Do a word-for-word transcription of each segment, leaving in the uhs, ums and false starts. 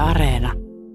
Areena.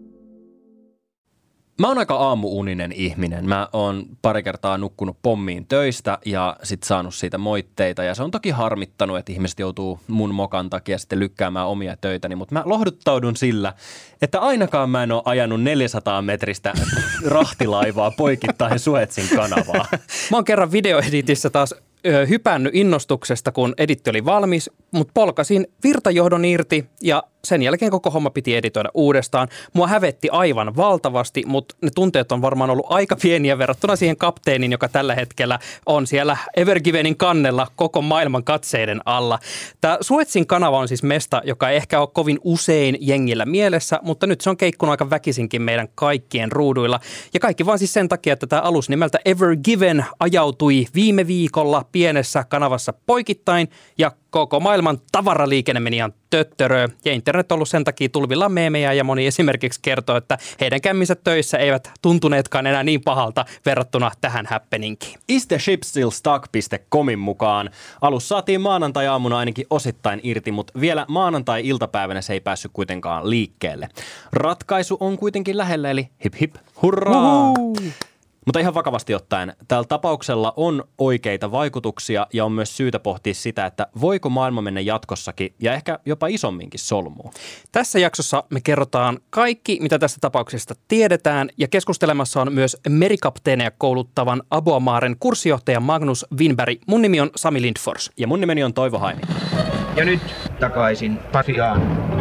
Mä oon aika aamuuninen ihminen. Mä oon pari kertaa nukkunut pommiin töistä ja sit saanut siitä moitteita. Ja se on toki harmittanut, että ihmiset joutuu mun mokan takia sitten lykkäämään omia töitäni. Mutta mä lohduttaudun sillä, että ainakaan mä en oo ajanut neljäsataa metristä rahtilaivaa poikittain Suezin kanavaa. Mä oon kerran videoeditissä taas ö, hypännyt innostuksesta, kun editti oli valmis, mutta polkasin virtajohdon irti ja sen jälkeen koko homma piti editoida uudestaan. Mua hävetti aivan valtavasti, mutta ne tunteet on varmaan ollut aika pieniä verrattuna siihen kapteenin, joka tällä hetkellä on siellä Ever Givenin kannella koko maailman katseiden alla. Tämä Suezin kanava on siis mesta, joka ei ehkä ole kovin usein jengillä mielessä, mutta nyt se on keikkunut aika väkisinkin meidän kaikkien ruuduilla. Ja kaikki vaan siis sen takia, että tämä alus nimeltä Ever Given ajautui viime viikolla pienessä kanavassa poikittain ja koko maailman tavaraliikenne meni ihan töttöröö ja internet on ollut sen takia tulvilla meemejä ja moni esimerkiksi kertoo, että heidän kämminsä töissä eivät tuntuneetkaan enää niin pahalta verrattuna tähän happeningiin. Is the ship still stuck piste comin mukaan alus saatiin maanantai-aamuna ainakin osittain irti, mutta vielä maanantai-iltapäivänä se ei päässyt kuitenkaan liikkeelle. Ratkaisu on kuitenkin lähellä, eli hip hip hurraa! Uhu! Mutta ihan vakavasti ottaen, tällä tapauksella on oikeita vaikutuksia ja on myös syytä pohtia sitä, että voiko maailma mennä jatkossakin ja ehkä jopa isomminkin solmuun. Tässä jaksossa me kerrotaan kaikki, mitä tästä tapauksesta tiedetään ja keskustelemassa on myös merikapteeneja kouluttavan Aboamaaren kurssijohtaja Magnus Winberg. Mun nimi on Sami Lindfors. Ja mun nimeni on Toivo Haimi. Ja nyt takaisin Pasiaan.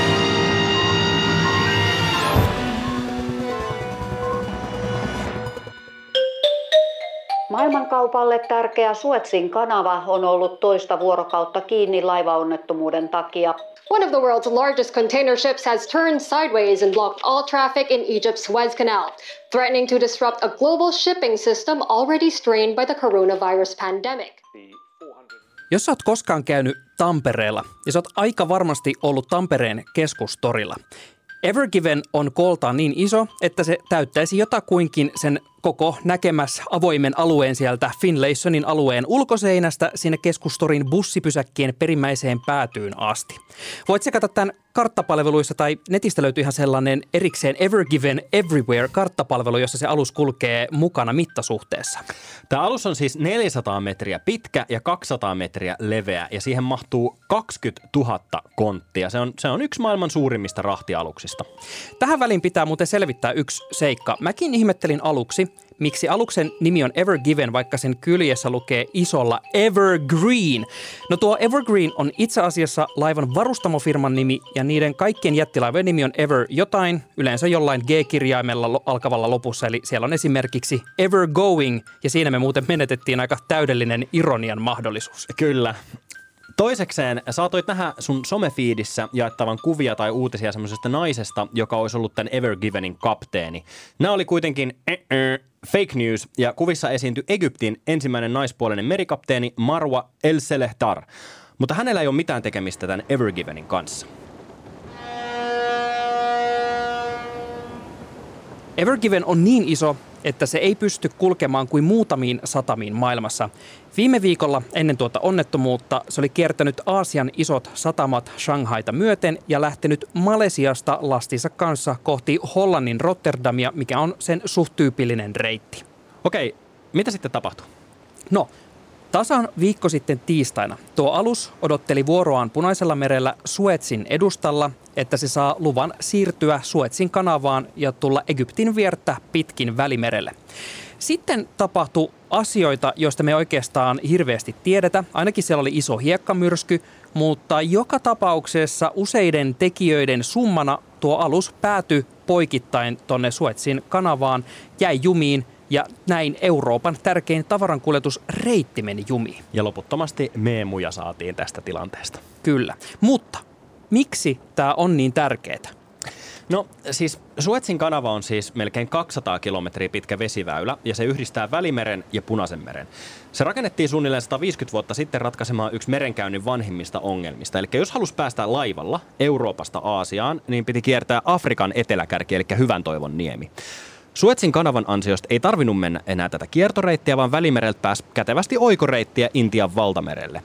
Maailmankaupalle tärkeä Suezin kanava on ollut toista vuorokautta kiinni laivaonnettomuuden takia. One of the world's largest container ships has turned sideways and blocked all traffic in Egypt's Suez Canal, threatening to disrupt a global shipping system already strained by the coronavirus pandemic. Jos sä oot koskaan käynyt Tampereella, ja sä oot aika varmasti ollut Tampereen keskustorilla. Ever Given on kooltaan niin iso, että se täyttäisi jotakuinkin sen koko näkemässä avoimen alueen sieltä Finlaysonin alueen ulkoseinästä sinne keskustorin bussipysäkkien perimmäiseen päätyyn asti. Voit sekata tämän karttapalveluissa tai netistä löytyy ihan sellainen erikseen Ever Given Everywhere karttapalvelu, jossa se alus kulkee mukana mittasuhteessa. Tämä alus on siis neljäsataa metriä pitkä ja kaksisataa metriä leveä ja siihen mahtuu kaksikymmentätuhatta konttia. Se on, se on yksi maailman suurimmista rahtialuksista. Tähän väliin pitää muuten selvittää yksi seikka. Mäkin ihmettelin aluksi, miksi aluksen nimi on Ever Given, vaikka sen kyljessä lukee isolla Evergreen. No tuo Evergreen on itse asiassa laivan varustamofirman nimi ja niiden kaikkien jättilaivojen nimi on Ever jotain, yleensä jollain G-kirjaimella alkavalla lopussa, eli siellä on esimerkiksi Ever Going ja siinä me muuten menetettiin aika täydellinen ironian mahdollisuus. Kyllä. Toisekseen saatoit nähdä sun somefiidissä jaettavan kuvia tai uutisia semmoisesta naisesta, joka olisi ollut tämän Ever Givenin kapteeni. Nämä oli kuitenkin äh-äh, fake news ja kuvissa esiintyi Egyptin ensimmäinen naispuolinen merikapteeni Marwa El Selehtar, mutta hänellä ei ole mitään tekemistä tämän Ever Givenin kanssa. Ever Given on niin iso, että se ei pysty kulkemaan kuin muutamiin satamiin maailmassa. Viime viikolla ennen tuota onnettomuutta se oli kiertänyt Aasian isot satamat Shanghaita myöten ja lähtenyt Malesiasta lastinsa kanssa kohti Hollannin Rotterdamia, mikä on sen suht tyypillinen reitti. Okei, mitä sitten tapahtui? No, tasan viikko sitten tiistaina tuo alus odotteli vuoroaan Punaisella merellä Suezin edustalla, että se saa luvan siirtyä Suezin kanavaan ja tulla Egyptin viertä pitkin Välimerelle. Sitten tapahtui asioita, joista me oikeastaan hirveästi tiedetä. Ainakin siellä oli iso hiekkamyrsky, mutta joka tapauksessa useiden tekijöiden summana tuo alus päätyi poikittain tonne Suezin kanavaan, jäi jumiin ja näin Euroopan tärkein tavarankuljetusreitti meni jumiin. Ja loputtomasti meemuja saatiin tästä tilanteesta. Kyllä, mutta miksi tämä on niin tärkeää? No siis Suezin kanava on siis melkein kaksisataa kilometriä pitkä vesiväylä ja se yhdistää Välimeren ja Punaisen meren. Se rakennettiin suunnilleen sata viisikymmentä vuotta sitten ratkaisemaan yksi merenkäynnin vanhimmista ongelmista. Eli jos halusi päästä laivalla Euroopasta Aasiaan, niin piti kiertää Afrikan eteläkärki, eli Hyvän toivon niemi. Suezin kanavan ansiosta ei tarvinnut mennä enää tätä kiertoreittiä, vaan Välimereltä pääsi kätevästi oikoreittiä Intian valtamerelle.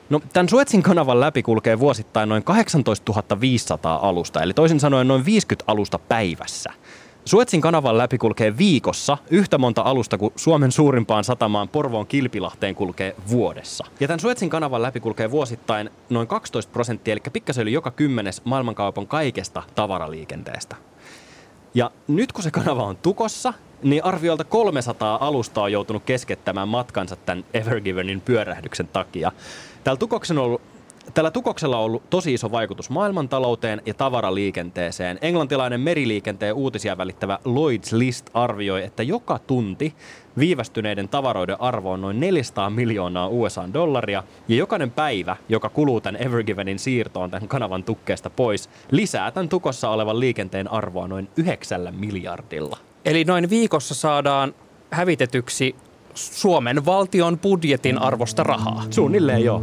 No, tämän Suezin kanavan läpi kulkee vuosittain noin kahdeksantoistatuhatta viisisataa alusta, eli toisin sanoen noin viisikymmentä alusta päivässä. Suezin kanavan läpi kulkee viikossa yhtä monta alusta kuin Suomen suurimpaan satamaan Porvoon Kilpilahteen kulkee vuodessa. Ja tämän Suezin kanavan läpi kulkee vuosittain noin kaksitoista prosenttia, eli pikkasen yli joka kymmenes maailmankaupan kaikesta tavaraliikenteestä. Ja nyt kun se kanava on tukossa, niin arviolta kolmesataa alusta on joutunut keskeyttämään matkansa tämän Ever Givenin pyörähdyksen takia. Tällä tukoksen on ollut Tällä tukoksella on ollut tosi iso vaikutus maailmantalouteen ja tavaraliikenteeseen. Englantilainen meriliikenteen uutisia välittävä Lloyd's List arvioi, että joka tunti viivästyneiden tavaroiden arvo on noin neljäsataa miljoonaa U S A-dollaria, ja jokainen päivä, joka kuluu tämän Ever Givenin siirtoon tämän kanavan tukkeesta pois, lisää tämän tukossa olevan liikenteen arvoa noin yhdeksällä miljardilla. Eli noin viikossa saadaan hävitetyksi Suomen valtion budjetin arvosta rahaa. Suunnilleen joo.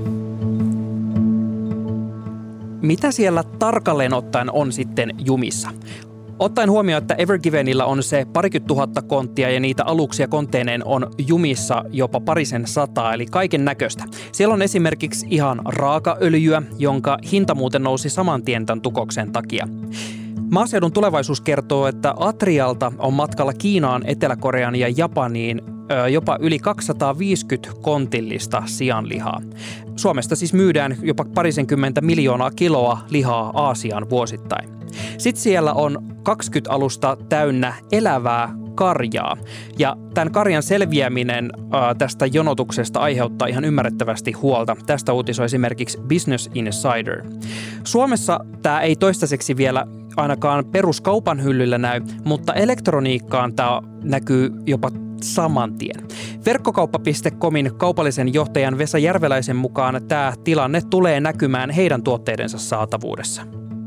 Mitä siellä tarkalleen ottaen on sitten jumissa? Ottaen huomioon, että Ever Givenillä on se parikymmentä tuhatta konttia ja niitä aluksia kontteineen on jumissa jopa parisen sataa, eli kaiken näköistä. Siellä on esimerkiksi ihan raakaöljyä, jonka hinta muuten nousi saman tien tämän tukoksen takia. Maaseudun tulevaisuus kertoo, että Atrialta on matkalla Kiinaan, Etelä-Koreaan ja Japaniin jopa yli kaksisataaviisikymmentä kontillista sianlihaa. Suomesta siis myydään jopa parisenkymmentä miljoonaa kiloa lihaa Aasiaan vuosittain. Sitten siellä on kaksikymmentä alusta täynnä elävää karjaa. Ja tämän karjan selviäminen ää, tästä jonotuksesta aiheuttaa ihan ymmärrettävästi huolta. Tästä uutisoi esimerkiksi Business Insider. Suomessa tämä ei toistaiseksi vielä ainakaan peruskaupan hyllyllä näy, mutta elektroniikkaan tämä näkyy jopa saman tien. Verkkokauppa piste comin kaupallisen johtajan Vesa Järveläisen mukaan tämä tilanne tulee näkymään heidän tuotteidensa saatavuudessa.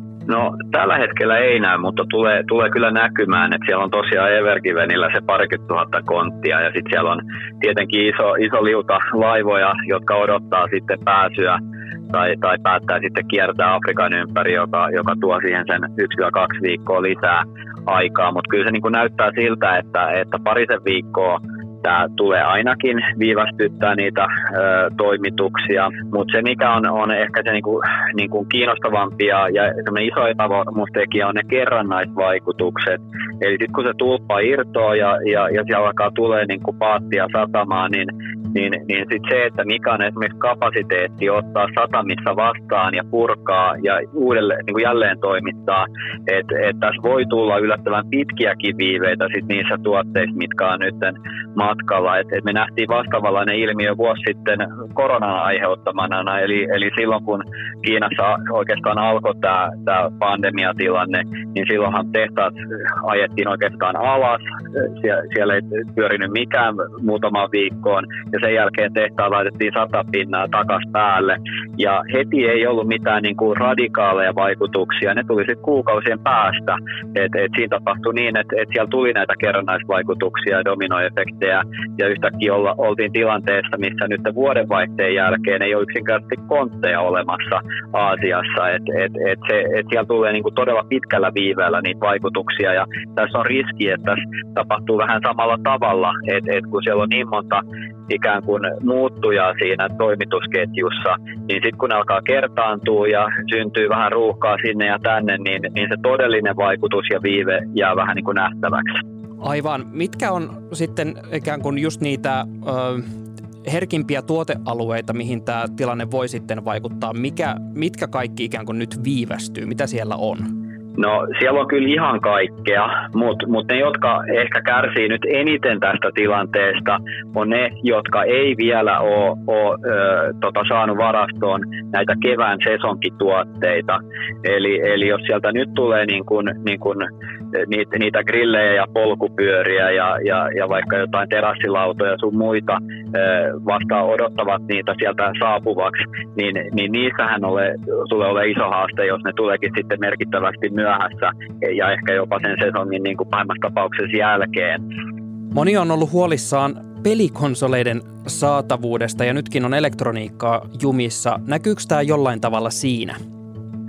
No tällä hetkellä ei näy, mutta tulee, tulee kyllä näkymään, että siellä on tosiaan Ever Givenillä se parikymmentä tuhatta konttia ja sitten siellä on tietenkin iso, iso liuta laivoja, jotka odottaa sitten pääsyä tai, tai päättää sitten kiertää Afrikan ympäri, joka, joka tuo siihen sen yksi kaksi viikkoa lisää aikaa, mutta kyllä se niin kuin näyttää siltä, että, että parisen viikkoa tämä tulee ainakin viivästyttää niitä ö, toimituksia, mutta se mikä on, on ehkä se niinku, niinku kiinnostavampi ja, ja iso epävarmuustekijä on ne kerrannaisvaikutukset. Eli sitten kun se tulppa irtoaa ja, ja, ja siellä alkaa tulee niinku paattia satamaan, niin, niin, niin sit se, että mikä on esimerkiksi kapasiteetti ottaa satamissa vastaan ja purkaa ja uudelleen niinku jälleen toimittaa, että et tässä voi tulla yllättävän pitkiäkin viiveitä sit niissä tuotteissa, mitkä on nyt matkalla. Et, et me nähtiin vastaavanlainen ilmiö vuosi sitten koronan aiheuttamana, eli, eli silloin kun Kiinassa oikeastaan alkoi tämä pandemiatilanne, niin silloinhan tehtaat ajettiin oikeastaan alas, Sie, siellä ei pyörinyt mikään muutamaan viikkoon, ja sen jälkeen tehtaat laitettiin sata pinnaa takas päälle, ja heti ei ollut mitään niin kuin radikaaleja vaikutuksia, ne tuli sitten kuukausien päästä, että et siinä tapahtui niin, että et siellä tuli näitä kerrannaisvaikutuksia ja dominoefektejä, ja yhtäkkiä olla, oltiin tilanteessa, missä nyt vuodenvaihteen jälkeen ei ole yksinkertaisesti kontteja olemassa Aasiassa, että et, et se, et siellä tulee niinku todella pitkällä viiveellä niitä vaikutuksia, ja tässä on riski, että tässä tapahtuu vähän samalla tavalla, että et kun siellä on niin monta ikään kuin muuttujaa siinä toimitusketjussa, niin sitten kun ne alkaa kertaantua ja syntyy vähän ruuhkaa sinne ja tänne, niin, niin se todellinen vaikutus ja viive jää vähän niin kuin nähtäväksi. Aivan. Mitkä on sitten ikään kuin just niitä ö, herkimpiä tuotealueita, mihin tämä tilanne voi sitten vaikuttaa? Mikä, mitkä kaikki ikään kuin nyt viivästyy? Mitä siellä on? No siellä on kyllä ihan kaikkea, mutta mut ne, jotka ehkä kärsii nyt eniten tästä tilanteesta, on ne, jotka ei vielä ole, ole ö, tota, saanut varastoon näitä kevään sesonkituotteita. Eli, eli jos sieltä nyt tulee niin kun, niin kun, niitä, niitä grillejä ja polkupyöriä ja, ja, ja vaikka jotain terassilautoja sun muita ö, vasta odottavat niitä sieltä saapuvaksi, niin, niin niissähän ole, tulee ole iso haaste, jos ne tuleekin sitten merkittävästi myöhässä ja ehkä jopa sen sesongin niin kuin pahimmassa tapauksessa jälkeen. Moni on ollut huolissaan pelikonsoleiden saatavuudesta ja nytkin on elektroniikkaa jumissa. Näkyykö tämä jollain tavalla siinä?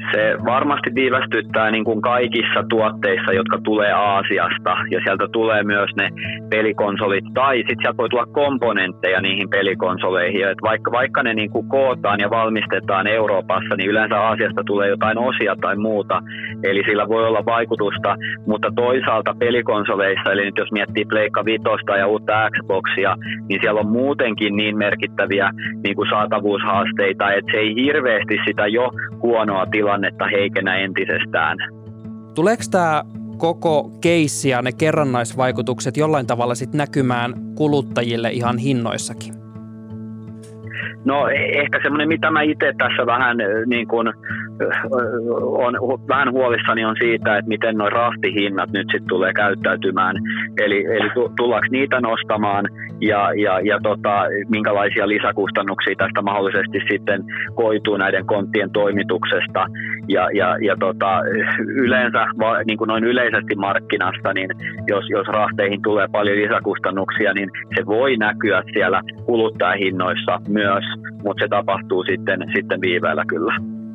se varmasti viivästyttää niin kuin kaikissa tuotteissa, jotka tulee Aasiasta, ja sieltä tulee myös ne pelikonsolit, tai sitten sieltä voi tulla komponentteja niihin pelikonsoleihin, että vaikka, vaikka ne niin kuin kootaan ja valmistetaan Euroopassa, niin yleensä Aasiasta tulee jotain osia tai muuta, eli sillä voi olla vaikutusta, mutta toisaalta pelikonsoleissa, eli nyt jos miettii Pleikka Vitosta ja uutta Xboxia, niin siellä on muutenkin niin merkittäviä niin kuin saatavuushaasteita, että se ei hirveästi sitä jo huonoa tilannetta heikennä entisestään. Tuleeko tämä koko keissi ja ne kerrannaisvaikutukset jollain tavalla sit näkymään kuluttajille ihan hinnoissakin? No ehkä semmoinen, mitä mä itse tässä vähän niin kuin on vähän huolissani on siitä, että miten nuo rahtihinnat nyt sitten tulee käyttäytymään. Eli, eli tullaanko niitä nostamaan ja, ja, ja tota, minkälaisia lisäkustannuksia tästä mahdollisesti sitten koituu näiden konttien toimituksesta. Ja, ja, ja tota, yleensä, niin kuin noin yleisesti markkinasta, niin jos, jos rahteihin tulee paljon lisäkustannuksia, niin se voi näkyä siellä kuluttajahinnoissa myös, mutta se tapahtuu sitten, sitten viiveellä kyllä.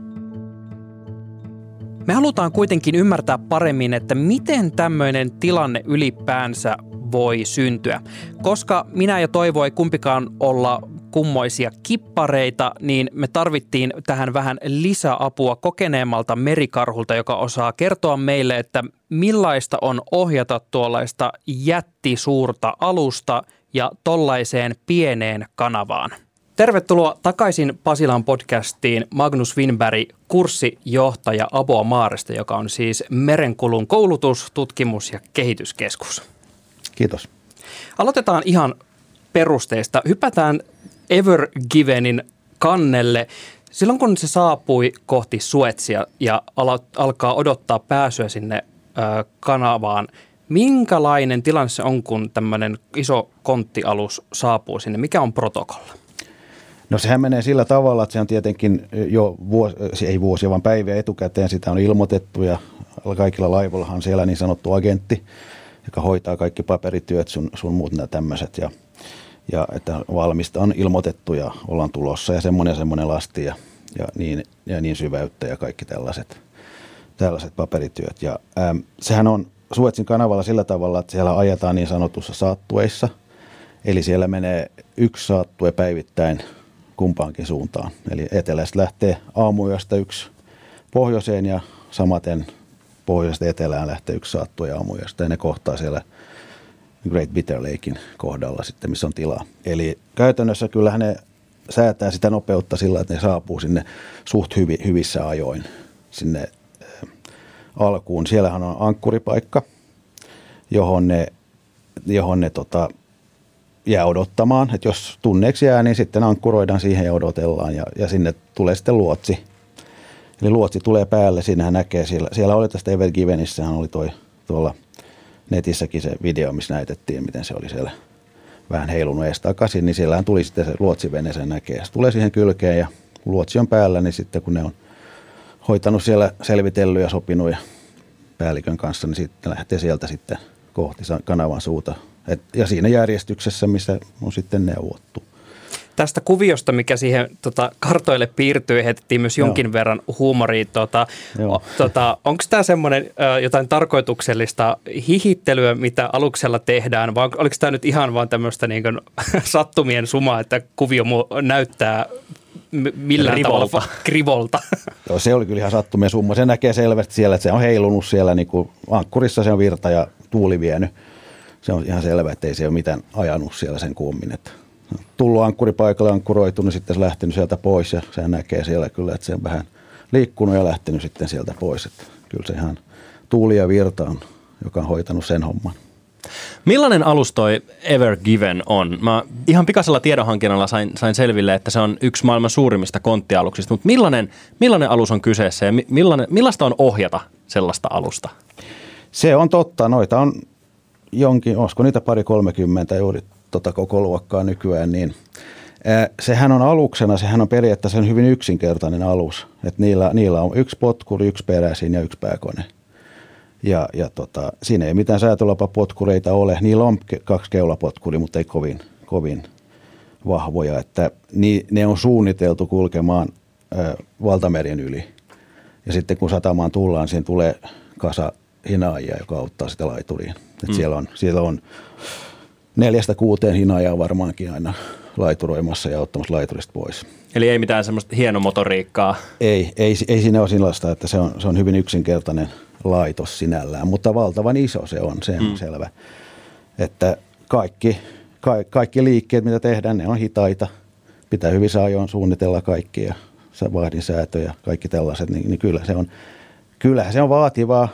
Me halutaan kuitenkin ymmärtää paremmin, että miten tämmöinen tilanne ylipäänsä voi syntyä. Koska minä ja Toivo ei kumpikaan olla kummoisia kippareita, niin me tarvittiin tähän vähän lisäapua kokeneemmalta merikarhulta, joka osaa kertoa meille, että millaista on ohjata tuollaista jättisuurta alusta ja tollaiseen pieneen kanavaan. Tervetuloa takaisin Pasilan podcastiin Magnus Winberg, kurssijohtaja Abo Amaresta, joka on siis Merenkulun koulutus-, tutkimus- ja kehityskeskus. Kiitos. Aloitetaan ihan perusteista. Hypätään Ever Givenin kannelle. Silloin kun se saapui kohti Suezia ja alkaa odottaa pääsyä sinne ö, kanavaan, minkälainen tilanne se on, kun tämmöinen iso konttialus saapuu sinne? Mikä on protokolla? No sehän menee sillä tavalla, että se on tietenkin jo vuosi, ei vuosia, vaan päiviä etukäteen sitä on ilmoitettu ja kaikilla laivoillahan on siellä niin sanottu agentti, joka hoitaa kaikki paperityöt, sun, sun muut nämä tämmöiset ja, ja että valmista on ilmoitettu ja ollaan tulossa ja semmoinen ja semmoinen lasti ja, ja, niin, ja niin syväyttä ja kaikki tällaiset, tällaiset paperityöt. Ja ähm, sehän on Suezin kanavalla sillä tavalla, että siellä ajetaan niin sanotussa saattueissa, eli siellä menee yksi saattue päivittäin kumpaankin suuntaan. Eli etelästä lähtee aamuyöstä yksi pohjoiseen ja samaten pohjoisesta etelään lähtee yksi saattue aamuyöstä. Ja ne kohtaa siellä Great Bitter Lakein kohdalla sitten, missä on tilaa. Eli käytännössä kyllähän ne säätää sitä nopeutta sillä, että ne saapuu sinne suht hyvi, hyvissä ajoin sinne äh, alkuun. Siellähän on ankkuripaikka, johon ne, johon ne tota, jää odottamaan, että jos tunneeksi jää, niin sitten ankkuroidaan siihen ja odotellaan ja, ja sinne tulee sitten luotsi. Eli luotsi tulee päälle, siinähän näkee, siellä, siellä oli tästä Ever Givenissähän oli toi, tuolla netissäkin se video, missä näytettiin, miten se oli siellä vähän heilunut ees takaisin, niin siellähän tuli sitten se luotsivene, sen näkee. Se tulee siihen kylkeen ja luotsi on päällä, niin sitten kun ne on hoitanut siellä selvitellyt ja sopinut ja päällikön kanssa, niin sitten lähtee sieltä sitten kohti kanavan suuta. Et, ja siinä järjestyksessä, missä on sitten neuvottu. Tästä kuviosta, mikä siihen tota, kartoille piirtyi, heitettiin myös jonkin Joo. verran huumoria. Tota, tota, onko tämä semmoinen jotain tarkoituksellista hihittelyä, mitä aluksella tehdään, vai oliko tämä nyt ihan vaan tämmöistä niin kuin sattumien sumaa, että kuvio näyttää millään rivolta. tavalla krivolta? Joo, se oli kyllä ihan sattumien summa. Se näkee selvästi siellä, että se on heilunut siellä, niin kuin ankkurissa se on virta ja tuuli vienyt. Se on ihan selvä, että ei se ole mitään ajanut siellä sen kuummin. Että tullut ankkuripaikalle, ankkuroitunut, sitten se lähtenyt sieltä pois ja se näkee siellä kyllä, että se on vähän liikkunut ja lähtenyt sitten sieltä pois. Että kyllä se ihan tuuli ja virta on, joka on hoitanut sen homman. Millainen alus toi Ever Given on? Mä ihan pikaisella tiedonhankinnalla sain, sain selville, että se on yksi maailman suurimmista konttialuksista, mutta millainen, millainen alus on kyseessä ja millainen, millaista on ohjata sellaista alusta? Se on totta, noita on jonkin, olisiko niitä pari kolmekymmentä juuri tota koko luokkaa nykyään, niin ää, sehän on aluksena, sehän on periaatteessa hyvin yksinkertainen alus, että niillä, niillä on yksi potkuri, yksi peräisin ja yksi pääkone. Ja, ja tota, siinä ei mitään säätölapapotkureita ole, niillä on kaksi keulapotkuri, mutta ei kovin, kovin vahvoja, että ni, ne on suunniteltu kulkemaan ää, valtamerien yli. Ja sitten kun satamaan tullaan, siinä tulee kasa hinaajia, joka auttaa sitä laituriin. Et mm. siellä, on, siellä on neljästä kuuteen hinaajaa varmaankin aina laituroimassa ja ottamassa laiturista pois. Eli ei mitään semmoista hienomotoriikkaa? Ei, ei, ei siinä ole sellaista, että se on, se on hyvin yksinkertainen laitos sinällään, mutta valtavan iso se on, se on mm. selvä. Että kaikki, ka, kaikki liikkeet, mitä tehdään, ne on hitaita. Pitää hyvissä ajoin suunnitella kaikkia, vahdin säätöjä, kaikki tällaiset, niin, niin kyllä se on, kyllähän se on vaativaa.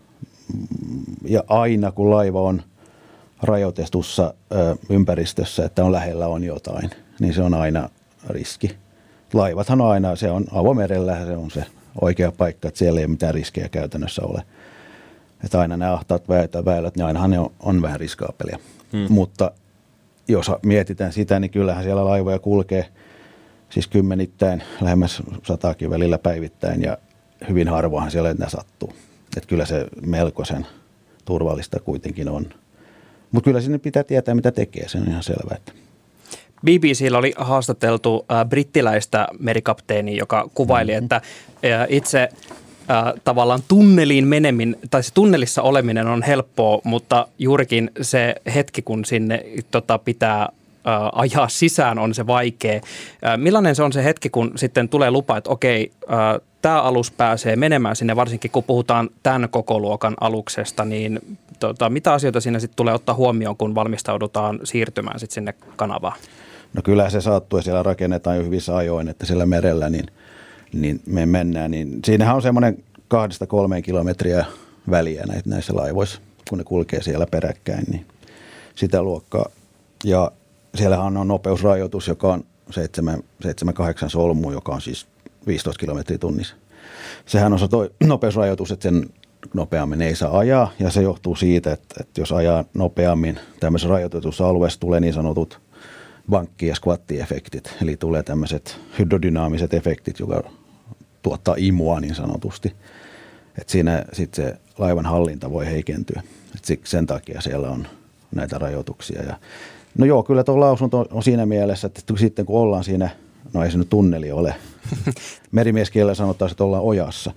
Ja aina kun laiva on rajoitetussa ö, ympäristössä, että on lähellä on jotain, niin se on aina riski. Laivathan on aina, se on avomerellä, se on se oikea paikka, että siellä ei ole mitään riskejä käytännössä ole. Että aina nämä ahtaat väylät, niin ainahan ne on, on vähän riskaapelia. Hmm. Mutta jos mietitään sitä, niin kyllähän siellä laivoja kulkee siis kymmenittäin, lähemmäs sataakin välillä päivittäin ja hyvin harvoinhan siellä enää sattuu. Että kyllä se melkoisen turvallista kuitenkin on. Mutta kyllä sinne pitää tietää, mitä tekee, se on ihan selvä. Että. B B C:llä oli haastateltu äh, brittiläistä merikapteenia, joka kuvaili, mm-hmm. että äh, itse äh, tavallaan tunneliin meneminen, tai se tunnelissa oleminen on helppoa, mutta juurikin se hetki, kun sinne tota, pitää äh, ajaa sisään, on se vaikea. Äh, millainen se on se hetki, kun sitten tulee lupa, että okei, äh, tämä alus pääsee menemään sinne, varsinkin kun puhutaan tämän koko luokan aluksesta, niin tota, mitä asioita siinä sitten tulee ottaa huomioon, kun valmistaudutaan siirtymään sitten sinne kanavaan? No kyllä se saattuu ja siellä rakennetaan jo hyvissä ajoin, että siellä merellä niin, niin me mennään. Niin siinähän on semmoinen kahdesta kolmeen kilometriä väliä näissä laivoissa, kun ne kulkee siellä peräkkäin, niin sitä luokkaa. Ja siellähän on nopeusrajoitus, joka on seitsemän kahdeksan solmua, joka on siis viisitoista kilometriä tunnissa. Sehän on se toi nopeusrajoitus, että sen nopeammin ei saa ajaa, ja se johtuu siitä, että, että jos ajaa nopeammin tämmöisessä rajoitetussa alueessa tulee niin sanotut vankki- ja skvattiefektit, eli tulee tämmöiset hydrodynaamiset efektit, joka tuottaa imua niin sanotusti. Että siinä sitten se laivan hallinta voi heikentyä. Et sen takia siellä on näitä rajoituksia. Ja, no joo, kyllä tuo lausunto on siinä mielessä, että sitten kun ollaan siinä, no ei se nyt tunneli ole. Merimieskielellä sanotaan, että ollaan ojassa.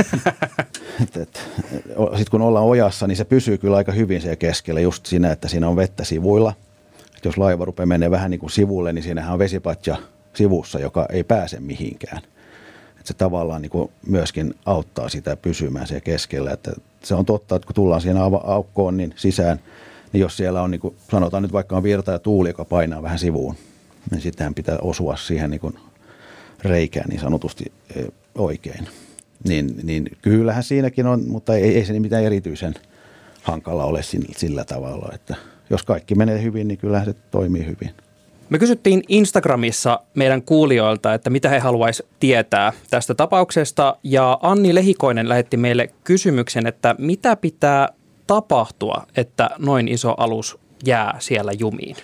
Sitten kun ollaan ojassa, niin se pysyy kyllä aika hyvin siellä keskellä just siinä, että siinä on vettä sivuilla. Et jos laiva rupeaa menee vähän niin kuin sivulle, niin siinähän on vesipatja sivussa, joka ei pääse mihinkään. Et se tavallaan niin kuin myöskin auttaa sitä pysymään siellä keskellä. Että se on totta, että kun tullaan siihen aukkoon niin sisään, niin jos siellä on, niin kuin sanotaan nyt vaikka on virta ja tuuli, joka painaa vähän sivuun, niin sittenhän pitää osua siihen niin kuin reikään niin sanotusti oikein. Niin, niin kyllähän siinäkin on, mutta ei, ei se mitään erityisen hankala ole sillä, sillä tavalla, että jos kaikki menee hyvin, niin kyllähän se toimii hyvin. Me kysyttiin Instagramissa meidän kuulijoilta, että mitä he haluaisivat tietää tästä tapauksesta, ja Anni Lehikoinen lähetti meille kysymyksen, että mitä pitää tapahtua, että noin iso alus jää siellä jumiin?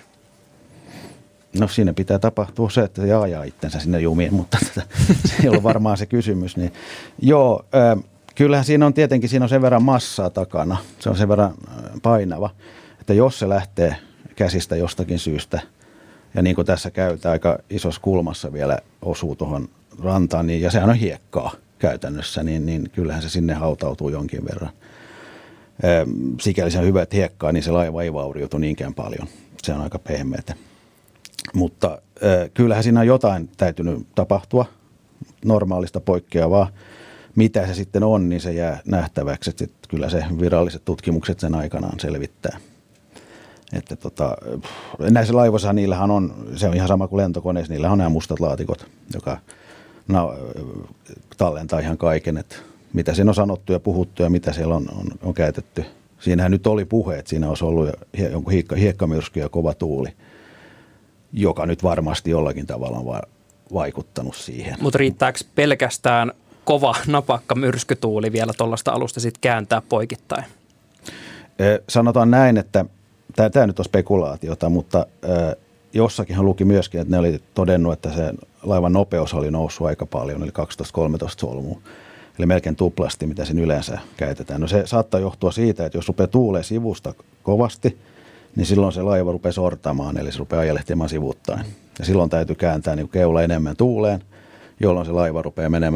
No siinä pitää tapahtua se, että se ajaa itsensä sinne jumiin, mutta se ei ole varmaan se kysymys. Niin, joo, äh, kyllähän siinä on tietenkin siinä on sen verran massaa takana, se on sen verran painava, että jos se lähtee käsistä jostakin syystä, ja niin kuin tässä käytetään aika isossa kulmassa vielä osuu tuohon rantaan, niin, ja sehän on hiekkaa käytännössä, niin, niin kyllähän se sinne hautautuu jonkin verran. Äh, sikäli se on hyvä, että hiekkaa, niin se laiva ei vauriutu niinkään paljon. Se on aika pehmeätä. Mutta äh, kyllähän siinä on jotain täytynyt tapahtua normaalista poikkeavaa. Mitä se sitten on, niin se jää nähtäväksi. Että kyllä se viralliset tutkimukset sen aikanaan selvittää. Että tota, näissä laivoissa niillähän on, se on ihan sama kuin lentokoneissa, niillä on nämä mustat laatikot, joka no, tallentaa ihan kaiken, että mitä siinä on sanottu ja puhuttu ja mitä siellä on, on, on käytetty. Siinähän nyt oli puhe, että siinä olisi ollut jonkun hiekka, hiekkamyrsky ja kova tuuli, joka nyt varmasti jollakin tavalla on va- vaikuttanut siihen. Mutta riittääkö pelkästään kova napakka myrskytuuli vielä tuollaista alusta sitten kääntää poikittain? Sanotaan näin, että tämä nyt on spekulaatiota, mutta jossakinhan luki myöskin, että ne oli todennut, että se laivan nopeus oli noussut aika paljon, eli kaksitoista kolmetoista solmua. Eli melkein tuplasti, mitä siinä yleensä käytetään. No se saattaa johtua siitä, että jos rupeaa tuulee sivusta kovasti, niin silloin se laiva rupeaa sortamaan, eli se rupeaa ajelehtimaan sivuttain. Ja silloin täytyy kääntää niin keula enemmän tuuleen, jolloin se laiva rupeaa menemään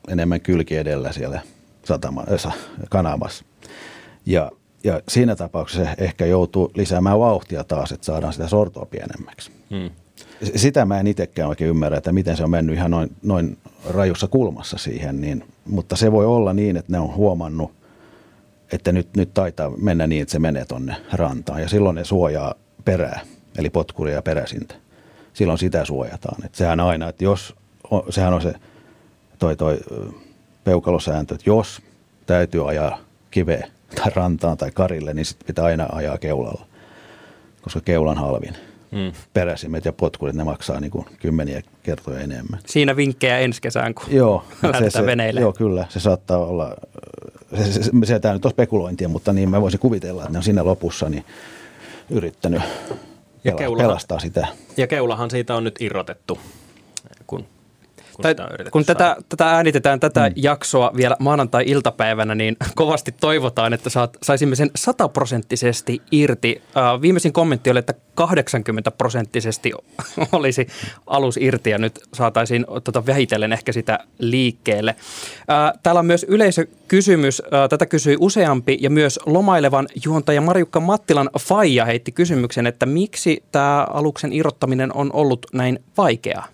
enemmän kylki edellä siellä satama, äh, kanavassa. Ja, ja siinä tapauksessa ehkä joutuu lisäämään vauhtia taas, että saadaan sitä sortoa pienemmäksi. Hmm. Sitä mä en itsekään oikein ymmärrä, että miten se on mennyt ihan noin, noin rajussa kulmassa siihen, niin, mutta se voi olla niin, että ne on huomannut, että nyt, nyt taitaa mennä niin, että se menee tonne rantaan ja silloin ne suojaa perää, eli potkuria ja peräsintä. Silloin sitä suojataan. Että sehän aina, että jos, sehän on se toi, toi peukalosääntö, että jos täytyy ajaa kiveä tai rantaan tai karille, niin sitten pitää aina ajaa keulalla, koska keulan halvin. Mm. Peräsimet ja potkurit, ne maksaa niin kuin kymmeniä kertoja enemmän. Siinä vinkkejä ensi kesään, kun joo, lähdetään se, veneille. Joo, kyllä. Se saattaa olla, se, se, se, se tämä nyt on spekulointia, mutta niin mä voisin kuvitella, että ne on siinä lopussa niin yrittänyt ja pela, keulahan, pelastaa sitä. Ja keulahan siitä on nyt irrotettu, kun Kun, tai, kun tätä, tätä äänitetään tätä mm. jaksoa vielä maanantai-iltapäivänä, niin kovasti toivotaan, että saat, saisimme sen sataprosenttisesti irti. Uh, viimeisin kommentti oli, että kahdeksankymmentä prosenttisesti olisi alus irti ja nyt saataisiin tota, vähitellen ehkä sitä liikkeelle. Uh, täällä on myös yleisökysymys. Uh, tätä kysyi useampi ja myös lomailevan juontaja Marjukka Mattilan faija heitti kysymyksen, että miksi tämä aluksen irrottaminen on ollut näin vaikeaa?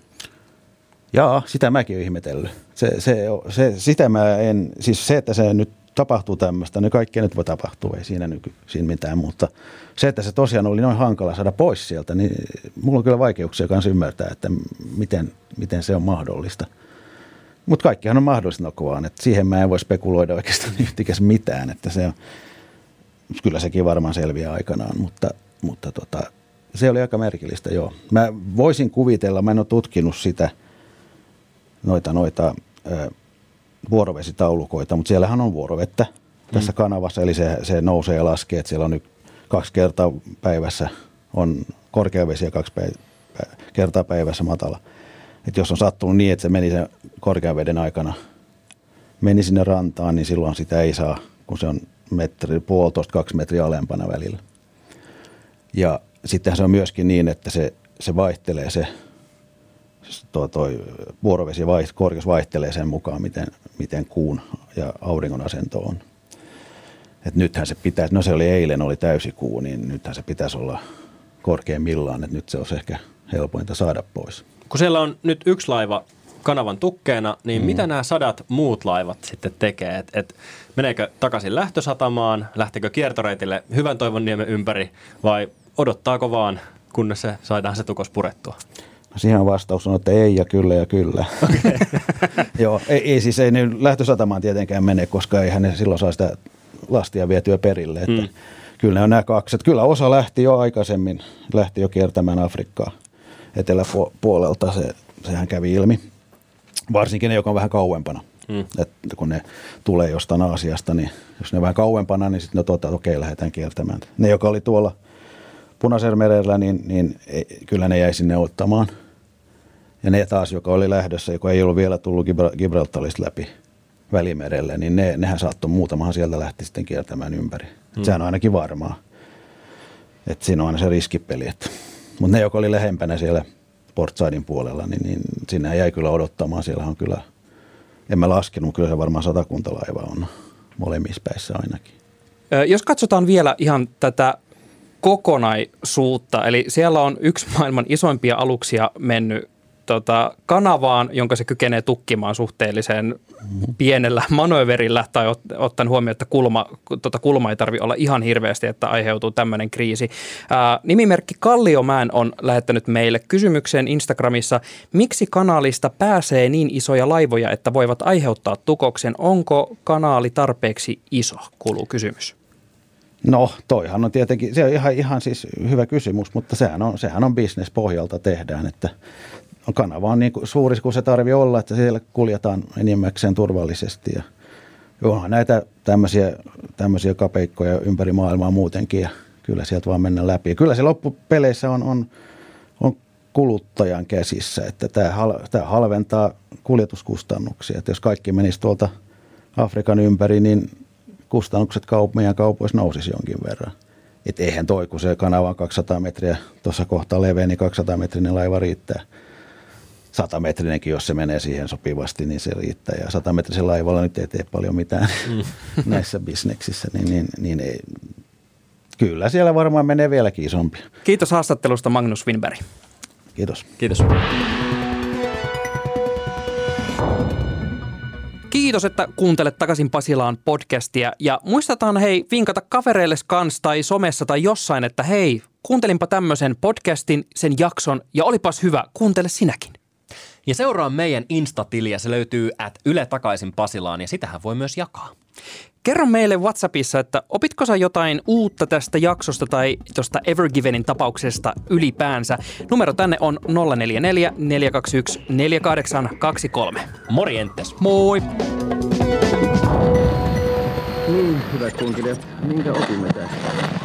Jaa, sitä mäkin olen ihmetellyt. Se, se, se, sitä mä en, siis se, että se nyt tapahtuu tämmöistä, niin kaikkea nyt voi tapahtua, ei siinä nykyisin mitään, mutta se, että se tosiaan oli noin hankala saada pois sieltä, niin mulla on kyllä vaikeuksia kanssa ymmärtää, että miten, miten se on mahdollista. Mutta kaikkihan on mahdollista nokovaan, että siihen mä en voi spekuloida oikeastaan yhtikäs mitään, että se on, kyllä sekin varmaan selviää aikanaan, mutta, mutta tota, se oli aika merkillistä, joo. Mä voisin kuvitella, mä en ole tutkinut sitä, noita, noita ö, vuorovesitaulukoita, mutta siellähän on vuorovettä tässä mm. kanavassa, eli se, se nousee ja laskee, että siellä on nyt kaksi kertaa päivässä on korkeavesi ja kaksi päiv- kertaa päivässä matala. Että jos on sattunut niin, että se meni sen korkean veden aikana, meni sinne rantaan, niin silloin sitä ei saa, kun se on metri, puolitoista, kaksi metriä alempana välillä. Ja sittenhän se on myöskin niin, että se, se vaihtelee se Tuo, toi vuorovesi vaiht, korkeus vaihtelee sen mukaan, miten, miten kuun ja auringon asento on. Et nythän se pitäisi, no se oli eilen, oli täysikuu, niin nythän se pitäisi olla korkeimmillaan, että nyt se olisi ehkä helpointa saada pois. Kun siellä on nyt yksi laiva kanavan tukkeena, niin mm. mitä nämä sadat muut laivat sitten tekee? Et, et meneekö takaisin lähtösatamaan, lähteekö kiertoreitille Hyvän Toivonniemen ympäri vai odottaako vaan, kunnes se saadaan se tukos purettua? No siihen vastaus on, että ei ja kyllä ja kyllä. Okay. Joo, ei, ei siis ei ne lähtösatamaan tietenkään mene, koska eihän ne silloin saa sitä lastia vietyä perille. Että mm. Kyllä ne on nämä kaksi. Että kyllä osa lähti jo aikaisemmin, lähti jo kiertämään Afrikkaa eteläpuolelta, se, sehän kävi ilmi. Varsinkin ne, joka on vähän kauempana. Mm. Että kun ne tulee jostain Aasiasta, niin jos ne on vähän kauempana, niin sitten ne toteavat, että okei, lähdetään kiertämään. Ne, joka oli tuolla Punaisella niin, niin ei, kyllä ne jäi sinne ottamaan. Ja ne taas, joka oli lähdössä, joka ei ollut vielä tullut Gibraltarista läpi Välimerelle, niin ne, nehän saattoi muutamahan sieltä lähti sitten kiertämään ympäri. Hmm. Sehän on ainakin varmaa. Että siinä on aina se riskipeli. Mutta ne, joka oli lähempänä siellä Port Saidin puolella, niin, niin sinne jäi kyllä odottamaan. Siellä on kyllä, en mä laskenut, mutta kyllä se varmaan satakunta laiva on molemmissa päissä ainakin. Jos katsotaan vielä ihan tätä kokonaisuutta, eli siellä on yksi maailman isoimpia aluksia mennyt tota, kanavaan, jonka se kykenee tukkimaan suhteellisen pienellä manööverillä, tai ot, ottaen huomioon, että kulma, tota, kulma ei tarvitse olla ihan hirveästi, että aiheutuu tämmöinen kriisi. Ää, nimimerkki Kalliomäen on lähettänyt meille kysymyksen Instagramissa, miksi kanaalista pääsee niin isoja laivoja, että voivat aiheuttaa tukoksen? Onko kanaali tarpeeksi iso? Kuuluu kysymys. No, toihan on tietenkin, se on ihan, ihan siis hyvä kysymys, mutta sehän on, sehän on bisnespohjalta tehdään, että kanava on niin suuri kuin se tarvii olla, että siellä kuljetaan enimmäkseen turvallisesti ja onhan näitä tämmöisiä, tämmöisiä kapeikkoja ympäri maailmaa muutenkin ja kyllä sieltä vaan mennä läpi. Ja kyllä se loppupeleissä on, on, on kuluttajan käsissä, että tämä, hal, tämä halventaa kuljetuskustannuksia, että jos kaikki menisi tuolta Afrikan ympäri, niin kustannukset kaup- meidän kaupoissa nousisi jonkin verran. Et eihän toi, kun se kanava on kaksisataa metriä, tuossa kohtaa leveä, niin kaksisataa metrinen laiva riittää. satametrinenkin, jos se menee siihen sopivasti, niin se riittää. Ja satametrisen laivalla nyt ei tee paljon mitään mm. näissä bisneksissä, niin, niin, niin ei. Kyllä siellä varmaan menee vieläkin isompia. Kiitos haastattelusta, Magnus Winberg. Kiitos. Kiitos. Kiitos, että kuuntelet Takaisin Pasilaan podcastia ja muistetaan hei vinkata kavereilles kanssa tai somessa tai jossain, että hei, kuuntelinpa tämmöisen podcastin, sen jakson ja olipas hyvä, kuuntele sinäkin. Ja seuraa meidän Insta-tiliä, se löytyy at Yle Takaisin Pasilaan ja sitähän voi myös jakaa. Kerro meille WhatsAppissa, että opitko sä jotain uutta tästä jaksosta tai tuosta Ever Givenin tapauksesta ylipäänsä. Numero tänne on nolla neljä neljä, neljä kaksi yksi, neljä kahdeksan kaksi kolme. Morjentes. Moi! Niin, hyvät kuuntelijat, minkä opimme tästä?